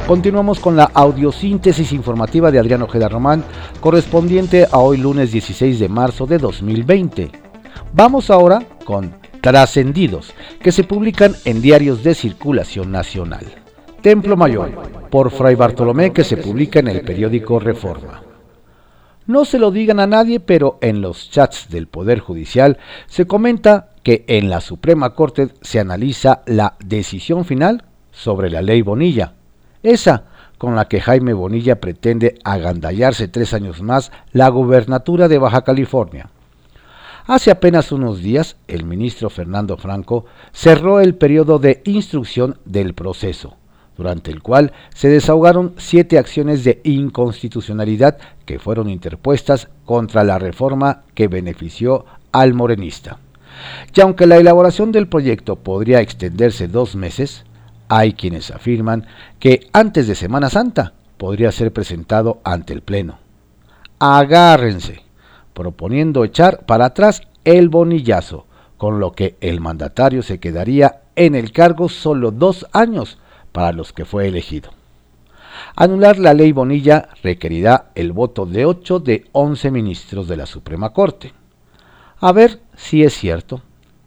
Continuamos con la audiosíntesis informativa de Adrián Ojeda Román, correspondiente a hoy lunes 16 de marzo de 2020. Vamos ahora con Trascendidos, que se publican en diarios de circulación nacional. Templo Mayor, por Fray Bartolomé, que se publica en el periódico Reforma. No se lo digan a nadie, pero en los chats del Poder Judicial se comenta que en la Suprema Corte se analiza la decisión final sobre la Ley Bonilla, esa con la que Jaime Bonilla pretende agandallarse 3 años más la gubernatura de Baja California. Hace apenas unos días, el ministro Fernando Franco cerró el periodo de instrucción del proceso, durante el cual se desahogaron 7 acciones de inconstitucionalidad que fueron interpuestas contra la reforma que benefició al morenista. Y aunque la elaboración del proyecto podría extenderse 2 meses, hay quienes afirman que antes de Semana Santa podría ser presentado ante el Pleno. Agárrense, proponiendo echar para atrás el bonillazo, con lo que el mandatario se quedaría en el cargo solo 2 años para los que fue elegido. Anular la ley Bonilla requerirá el voto de 8 de 11 ministros de la Suprema Corte. A ver si es cierto.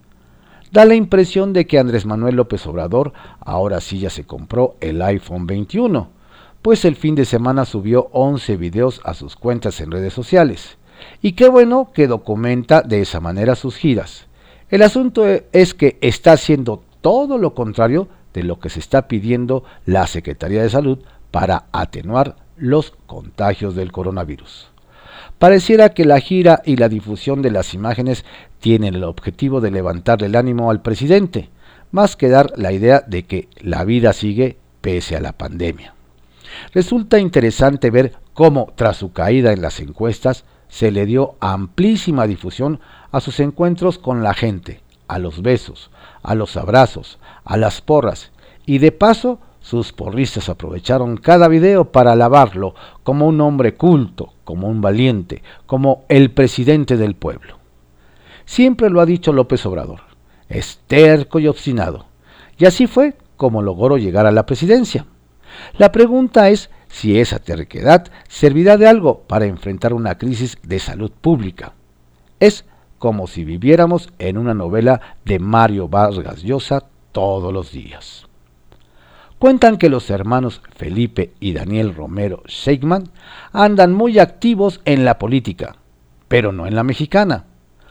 Da la impresión de que Andrés Manuel López Obrador ahora sí ya se compró el iPhone 21, pues el fin de semana subió 11 videos a sus cuentas en redes sociales. Y qué bueno que documenta de esa manera sus giras. El asunto es que está haciendo todo lo contrario de lo que se está pidiendo la Secretaría de Salud para atenuar los contagios del coronavirus. Pareciera que la gira y la difusión de las imágenes tienen el objetivo de levantarle el ánimo al presidente, más que dar la idea de que la vida sigue pese a la pandemia. Resulta interesante ver cómo, tras su caída en las encuestas, se le dio amplísima difusión a sus encuentros con la gente, a los besos, a los abrazos, a las porras, y de paso sus porristas aprovecharon cada video para alabarlo como un hombre culto, como un valiente, como el presidente del pueblo. Siempre lo ha dicho López Obrador, es terco y obstinado, y así fue como logró llegar a la presidencia. La pregunta es si esa terquedad servirá de algo para enfrentar una crisis de salud pública. Es como si viviéramos en una novela de Mario Vargas Llosa todos los días. Cuentan que los hermanos Felipe y Daniel Romero Sheinbaum andan muy activos en la política, pero no en la mexicana.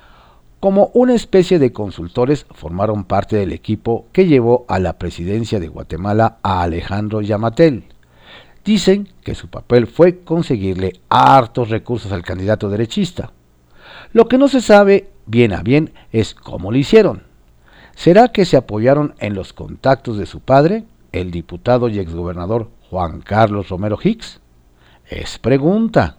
Como una especie de consultores formaron parte del equipo que llevó a la presidencia de Guatemala a Alejandro Yamatell. Dicen que su papel fue conseguirle hartos recursos al candidato derechista. Lo que no se sabe bien a bien es cómo lo hicieron. ¿Será que se apoyaron en los contactos de su padre, el diputado y exgobernador Juan Carlos Romero Hicks? Es pregunta.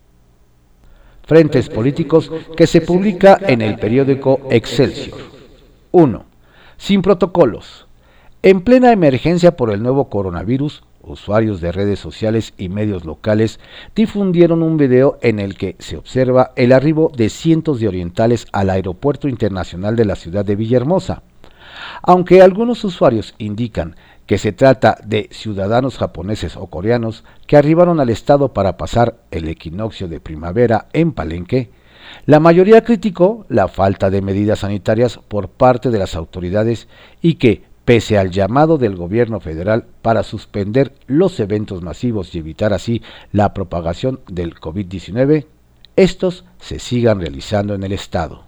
Frentes políticos que se publica en el periódico Excelsior. 1. Sin protocolos. En plena emergencia por el nuevo coronavirus, usuarios de redes sociales y medios locales difundieron un video en el que se observa el arribo de cientos de orientales al Aeropuerto Internacional de la ciudad de Villahermosa. Aunque algunos usuarios indican que se trata de ciudadanos japoneses o coreanos que arribaron al estado para pasar el equinoccio de primavera en Palenque, la mayoría criticó la falta de medidas sanitarias por parte de las autoridades y que, pese al llamado del gobierno federal para suspender los eventos masivos y evitar así la propagación del COVID-19, estos se sigan realizando en el estado.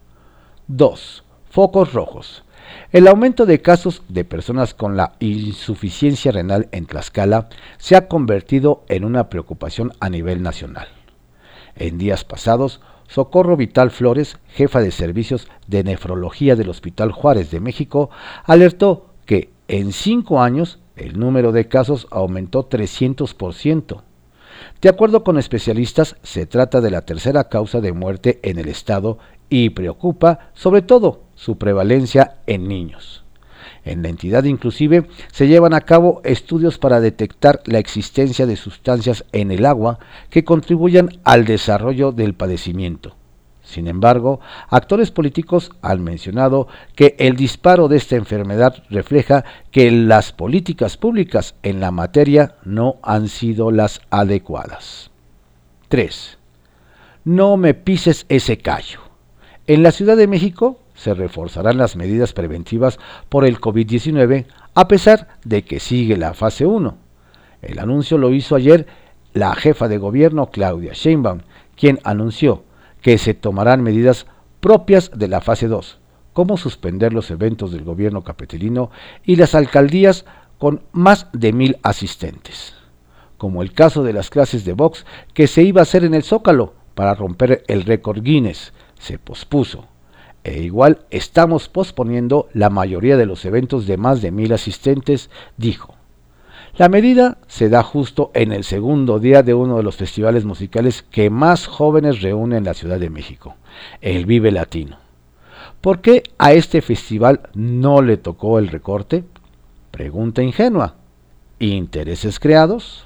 2. Focos rojos. El aumento de casos de personas con la insuficiencia renal en Tlaxcala se ha convertido en una preocupación a nivel nacional. En días pasados, Socorro Vital Flores, jefa de servicios de nefrología del Hospital Juárez de México, alertó que en 5 años el número de casos aumentó 300%. De acuerdo con especialistas, se trata de la tercera causa de muerte en el estado y preocupa sobre todo su prevalencia en niños. En la entidad inclusive se llevan a cabo estudios para detectar la existencia de sustancias en el agua que contribuyan al desarrollo del padecimiento. Sin embargo, actores políticos han mencionado que el disparo de esta enfermedad refleja que las políticas públicas en la materia no han sido las adecuadas. 3. No me pises ese callo. En la Ciudad de México se reforzarán las medidas preventivas por el COVID-19 a pesar de que sigue la fase 1. El anuncio lo hizo ayer la jefa de gobierno Claudia Sheinbaum, quien anunció que se tomarán medidas propias de la fase 2, como suspender los eventos del gobierno capitalino y las alcaldías con más de 1,000 asistentes, como el caso de las clases de box que se iba a hacer en el Zócalo para romper el récord Guinness, se pospuso. E igual estamos posponiendo la mayoría de los eventos de más de 1,000 asistentes, dijo. La medida se da justo en el segundo día de uno de los festivales musicales que más jóvenes reúne en la Ciudad de México, el Vive Latino. ¿Por qué a este festival no le tocó el recorte? Pregunta ingenua. ¿Intereses creados?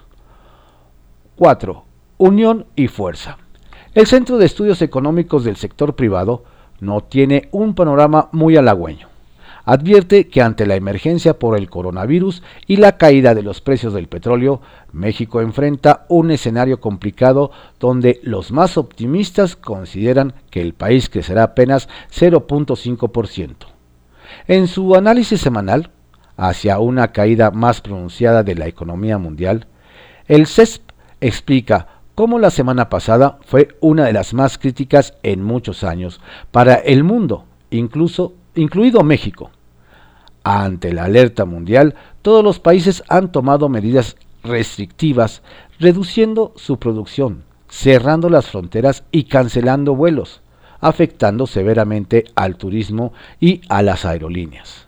4. Unión y fuerza. El Centro de Estudios Económicos del Sector Privado no tiene un panorama muy halagüeño. Advierte que ante la emergencia por el coronavirus y la caída de los precios del petróleo, México enfrenta un escenario complicado donde los más optimistas consideran que el país crecerá apenas 0.5%. En su análisis semanal, hacia una caída más pronunciada de la economía mundial, el CESP explica cómo la semana pasada fue una de las más críticas en muchos años para el mundo, incluido México. Ante la alerta mundial, todos los países han tomado medidas restrictivas, reduciendo su producción, cerrando las fronteras y cancelando vuelos, afectando severamente al turismo y a las aerolíneas.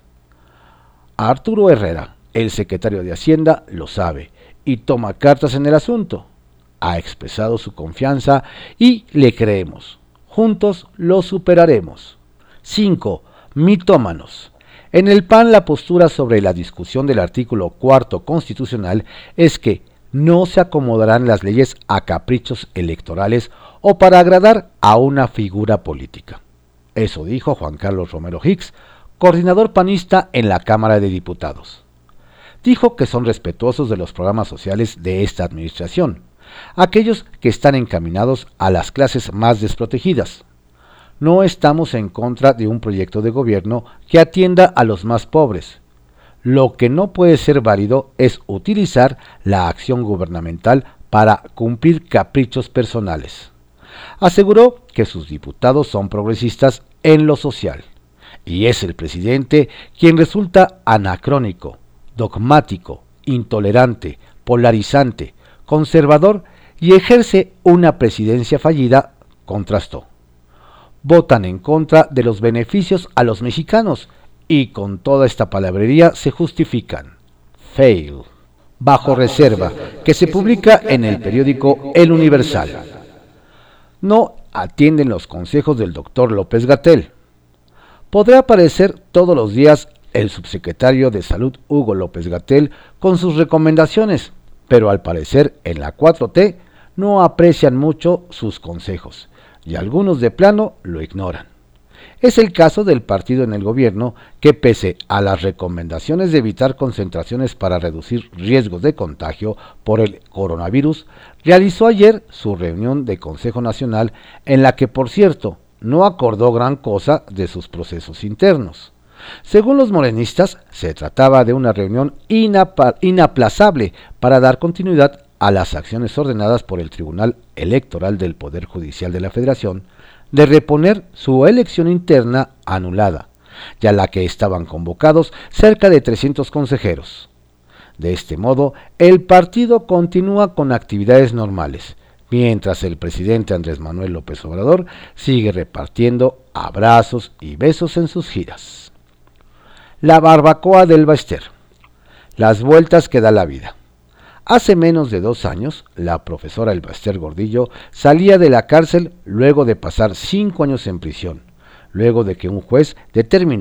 Arturo Herrera, el secretario de Hacienda, lo sabe y toma cartas en el asunto. Ha expresado su confianza y le creemos. Juntos lo superaremos. 5. Mitómanos. En el PAN la postura sobre la discusión del artículo 4 constitucional es que no se acomodarán las leyes a caprichos electorales o para agradar a una figura política. Eso dijo Juan Carlos Romero Hicks, coordinador panista en la Cámara de Diputados. Dijo que son respetuosos de los programas sociales de esta administración, aquellos que están encaminados a las clases más desprotegidas. No estamos en contra de un proyecto de gobierno que atienda a los más pobres. Lo que no puede ser válido es utilizar la acción gubernamental para cumplir caprichos personales. Aseguró que sus diputados son progresistas en lo social, y es el presidente quien resulta anacrónico, dogmático, intolerante, polarizante, conservador y ejerce una presidencia fallida, contrastó. Votan en contra de los beneficios a los mexicanos y con toda esta palabrería se justifican. Fail. Bajo reserva, que se publica en el periódico El Universal. No atienden los consejos del doctor López-Gatell. Podrá aparecer todos los días el subsecretario de Salud Hugo López-Gatell con sus recomendaciones, pero al parecer en la 4T no aprecian mucho sus consejos y algunos de plano lo ignoran. Es el caso del partido en el gobierno que, pese a las recomendaciones de evitar concentraciones para reducir riesgos de contagio por el coronavirus, realizó ayer su reunión de Consejo Nacional en la que, por cierto, no acordó gran cosa de sus procesos internos. Según los morenistas, se trataba de una reunión inaplazable para dar continuidad a las acciones ordenadas por el Tribunal Electoral del Poder Judicial de la Federación de reponer su elección interna anulada, ya la que estaban convocados cerca de 300 consejeros. De este modo, el partido continúa con actividades normales, mientras el presidente Andrés Manuel López Obrador sigue repartiendo abrazos y besos en sus giras. La barbacoa del Baester. Las vueltas que da la vida. Hace menos de 2 años, la profesora Elbaster Gordillo salía de la cárcel luego de pasar 5 años en prisión, luego de que un juez determinó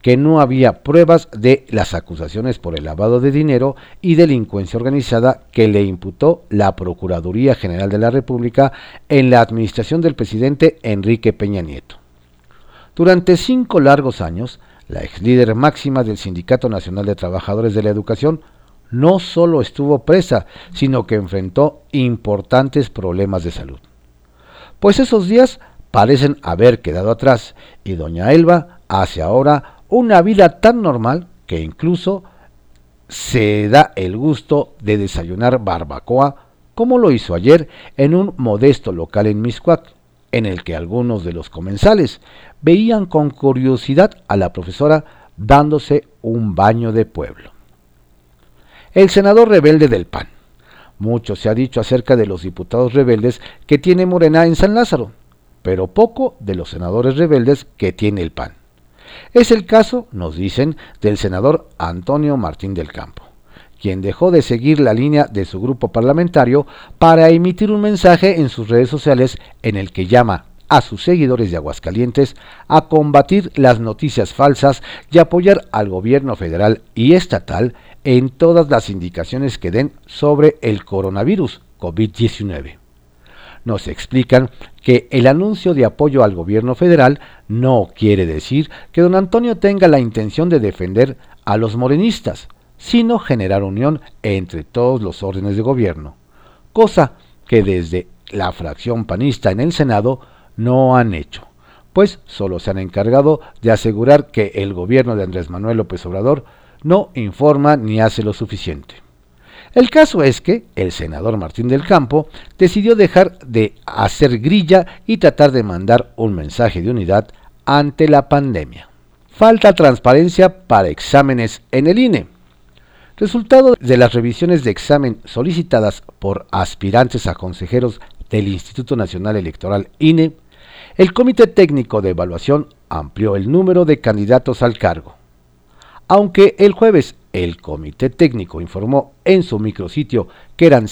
que no había pruebas de las acusaciones por el lavado de dinero y delincuencia organizada que le imputó la Procuraduría General de la República en la administración del presidente Enrique Peña Nieto. Durante 5 largos años, la ex líder máxima del Sindicato Nacional de Trabajadores de la Educación no solo estuvo presa, sino que enfrentó importantes problemas de salud. Pues esos días parecen haber quedado atrás y doña Elba hace ahora una vida tan normal que incluso se da el gusto de desayunar barbacoa, como lo hizo ayer en un modesto local en Mixcoac, en el que algunos de los comensales veían con curiosidad a la profesora dándose un baño de pueblo. El senador rebelde del PAN. Mucho se ha dicho acerca de los diputados rebeldes que tiene Morena en San Lázaro, pero poco de los senadores rebeldes que tiene el PAN. Es el caso, nos dicen, del senador Antonio Martín del Campo, quien dejó de seguir la línea de su grupo parlamentario para emitir un mensaje en sus redes sociales en el que llama a sus seguidores de Aguascalientes a combatir las noticias falsas y apoyar al gobierno federal y estatal en todas las indicaciones que den sobre el coronavirus COVID-19. Nos explican que el anuncio de apoyo al gobierno federal no quiere decir que don Antonio tenga la intención de defender a los morenistas, sino generar unión entre todos los órdenes de gobierno, cosa que desde la fracción panista en el Senado no han hecho, pues solo se han encargado de asegurar que el gobierno de Andrés Manuel López Obrador no informa ni hace lo suficiente. El caso es que el senador Martín del Campo decidió dejar de hacer grilla y tratar de mandar un mensaje de unidad ante la pandemia. Falta transparencia para exámenes en el INE. Resultado de las revisiones de examen solicitadas por aspirantes a consejeros del Instituto Nacional Electoral INE, el Comité Técnico de Evaluación amplió el número de candidatos al cargo. Aunque el jueves el Comité Técnico informó en su micrositio que eran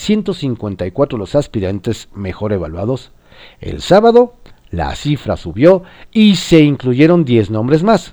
154 los aspirantes mejor evaluados, el sábado la cifra subió y se incluyeron 10 nombres más,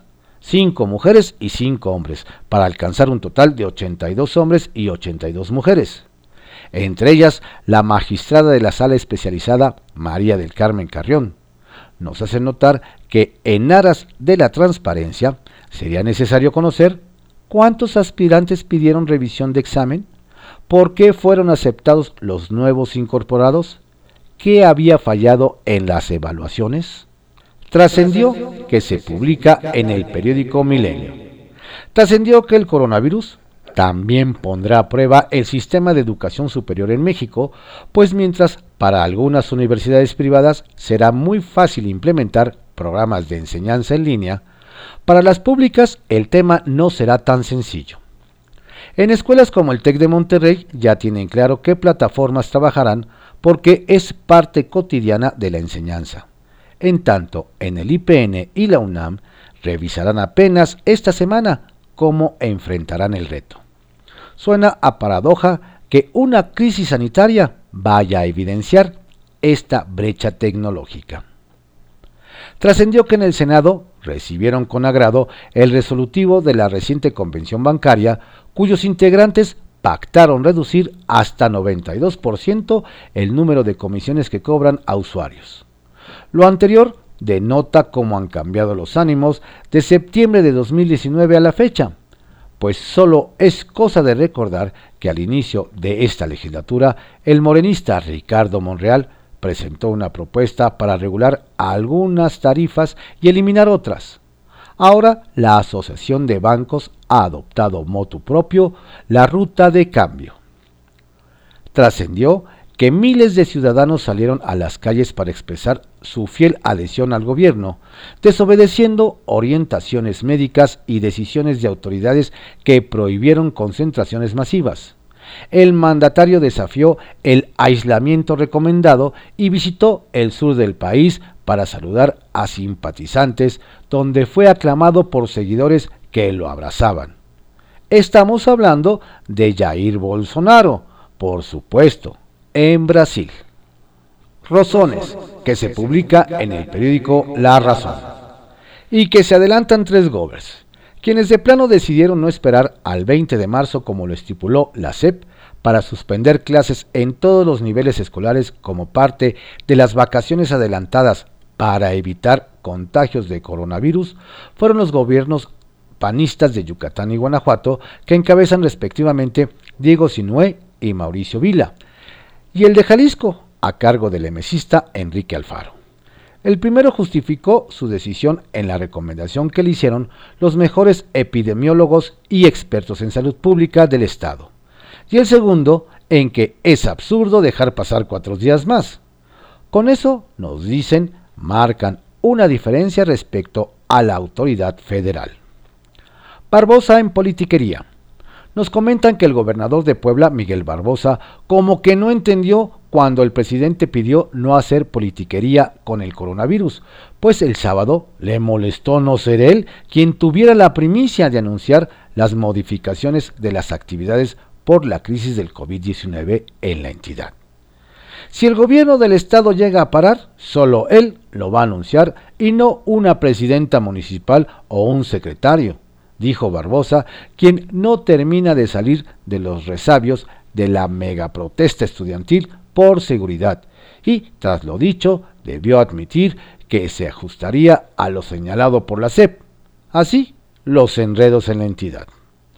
5 mujeres y 5 hombres, para alcanzar un total de 82 hombres y 82 mujeres. Entre ellas, la magistrada de la Sala Especializada, María del Carmen Carrión. Nos hace notar que en aras de la transparencia sería necesario conocer cuántos aspirantes pidieron revisión de examen, por qué fueron aceptados los nuevos incorporados, qué había fallado en las evaluaciones. Trascendió que se publica en el periódico Milenio. Trascendió que el coronavirus también pondrá a prueba el sistema de educación superior en México, pues mientras para algunas universidades privadas será muy fácil implementar programas de enseñanza en línea, para las públicas el tema no será tan sencillo. En escuelas como el TEC de Monterrey ya tienen claro qué plataformas trabajarán porque es parte cotidiana de la enseñanza. En tanto, en el IPN y la UNAM revisarán apenas esta semana cómo enfrentarán el reto. Suena a paradoja que una crisis sanitaria vaya a evidenciar esta brecha tecnológica. Trascendió que en el Senado recibieron con agrado el resolutivo de la reciente convención bancaria, cuyos integrantes pactaron reducir hasta 92% el número de comisiones que cobran a usuarios. Lo anterior denota cómo han cambiado los ánimos de septiembre de 2019 a la fecha, pues solo es cosa de recordar que al inicio de esta legislatura el morenista Ricardo Monreal presentó una propuesta para regular algunas tarifas y eliminar otras. Ahora la Asociación de Bancos ha adoptado motu propio la ruta de cambio. Trascendió que miles de ciudadanos salieron a las calles para expresar su fiel adhesión al gobierno, desobedeciendo orientaciones médicas y decisiones de autoridades que prohibieron concentraciones masivas. El mandatario desafió el aislamiento recomendado y visitó el sur del país para saludar a simpatizantes, donde fue aclamado por seguidores que lo abrazaban. Estamos hablando de Jair Bolsonaro, por supuesto, en Brasil. Rozones, que se publica en el periódico La Razón, y que se adelantan 3 gobers, quienes de plano decidieron no esperar al 20 de marzo como lo estipuló la SEP para suspender clases en todos los niveles escolares como parte de las vacaciones adelantadas para evitar contagios de coronavirus, fueron los gobiernos panistas de Yucatán y Guanajuato, que encabezan respectivamente Diego Sinue y Mauricio Vila, y el de Jalisco, a cargo del emesista Enrique Alfaro. El primero justificó su decisión en la recomendación que le hicieron los mejores epidemiólogos y expertos en salud pública del estado, y el segundo en que es absurdo dejar pasar 4 días más. Con eso, nos dicen, marcan una diferencia respecto a la autoridad federal. Barbosa en politiquería. Nos comentan que el gobernador de Puebla, Miguel Barbosa, como que no entendió cuando el presidente pidió no hacer politiquería con el coronavirus, pues el sábado le molestó no ser él quien tuviera la primicia de anunciar las modificaciones de las actividades por la crisis del COVID-19 en la entidad. Si el gobierno del estado llega a parar, solo él lo va a anunciar y no una presidenta municipal o un secretario, dijo Barbosa, quien no termina de salir de los resabios de la megaprotesta estudiantil por seguridad y, tras lo dicho, debió admitir que se ajustaría a lo señalado por la SEP. Así, los enredos en la entidad.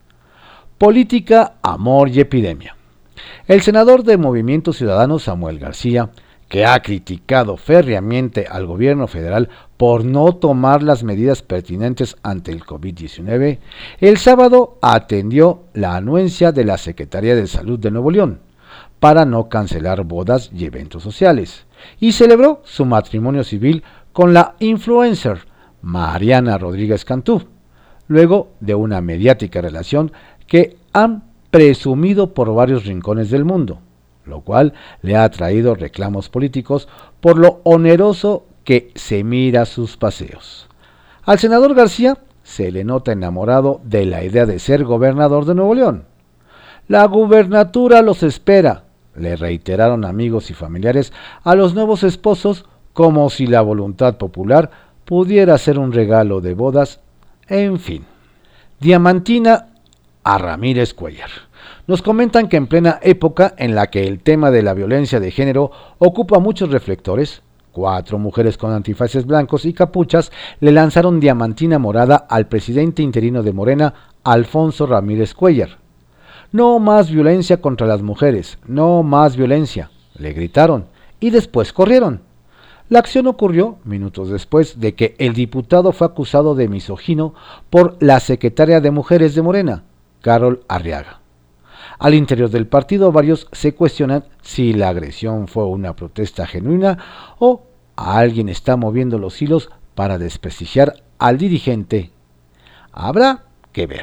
Política, amor y epidemia. El senador de Movimiento Ciudadano, Samuel García, que ha criticado férreamente al gobierno federal por no tomar las medidas pertinentes ante el COVID-19, el sábado atendió la anuencia de la Secretaría de Salud de Nuevo León para no cancelar bodas y eventos sociales, y celebró su matrimonio civil con la influencer Mariana Rodríguez Cantú, luego de una mediática relación que han presumido por varios rincones del mundo, lo cual le ha traído reclamos políticos por lo oneroso que se mira sus paseos. Al senador García se le nota enamorado de la idea de ser gobernador de Nuevo León. La gubernatura los espera, le reiteraron amigos y familiares a los nuevos esposos, como si la voluntad popular pudiera ser un regalo de bodas, en fin. Diamantina a Ramírez Cuéllar. Nos comentan que en plena época en la que el tema de la violencia de género ocupa muchos reflectores, 4 mujeres con antifaces blancos y capuchas le lanzaron diamantina morada al presidente interino de Morena, Alfonso Ramírez Cuéllar. No más violencia contra las mujeres, no más violencia, le gritaron, y después corrieron. La acción ocurrió minutos después de que el diputado fue acusado de misógino por la secretaria de Mujeres de Morena, Carol Arriaga. Al interior del partido, varios se cuestionan si la agresión fue una protesta genuina o alguien está moviendo los hilos para desprestigiar al dirigente. Habrá que ver.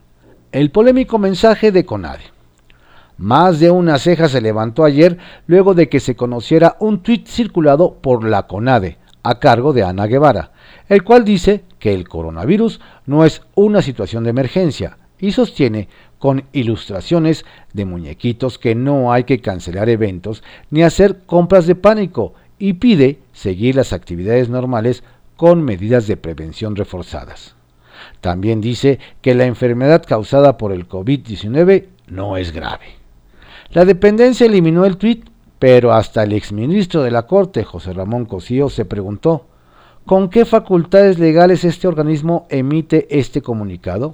El polémico mensaje de CONADE. Más de una ceja se levantó ayer luego de que se conociera un tuit circulado por la CONADE, a cargo de Ana Guevara, el cual dice que el coronavirus no es una situación de emergencia y sostiene con ilustraciones de muñequitos que no hay que cancelar eventos ni hacer compras de pánico y pide seguir las actividades normales con medidas de prevención reforzadas. También dice que la enfermedad causada por el COVID-19 no es grave. La dependencia eliminó el tuit, pero hasta el exministro de la Corte, José Ramón Cosío, se preguntó, ¿con qué facultades legales este organismo emite este comunicado?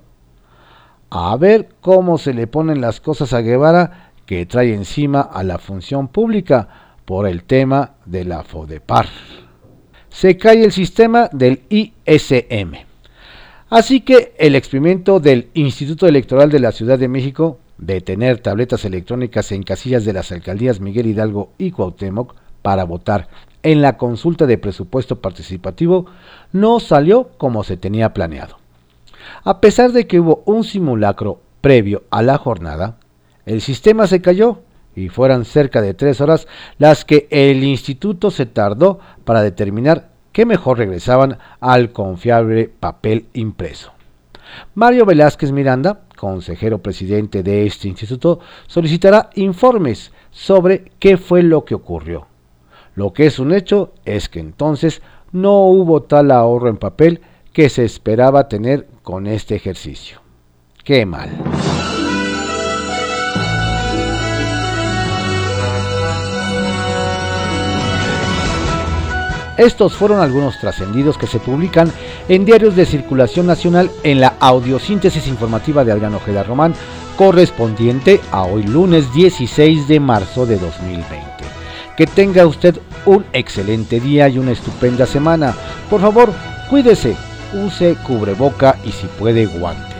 A ver cómo se le ponen las cosas a Guevara, que trae encima a la función pública por el tema de la FODEPAR. Se cae el sistema del ISM. Así que el experimento del Instituto Electoral de la Ciudad de México de tener tabletas electrónicas en casillas de las alcaldías Miguel Hidalgo y Cuauhtémoc para votar en la consulta de presupuesto participativo no salió como se tenía planeado. A pesar de que hubo un simulacro previo a la jornada, el sistema se cayó y fueron cerca de 3 horas las que el instituto se tardó para determinar que mejor regresaban al confiable papel impreso. Mario Velázquez Miranda, consejero presidente de este instituto, solicitará informes sobre qué fue lo que ocurrió. Lo que es un hecho es que entonces no hubo tal ahorro en papel que se esperaba tener con este ejercicio. ¡Qué mal! Estos fueron algunos trascendidos que se publican en diarios de circulación nacional en la audiosíntesis informativa de Adrián Ojeda Román, correspondiente a hoy lunes 16 de marzo de 2020. Que tenga usted un excelente día y una estupenda semana. Por favor, cuídese, use cubreboca y si puede guante.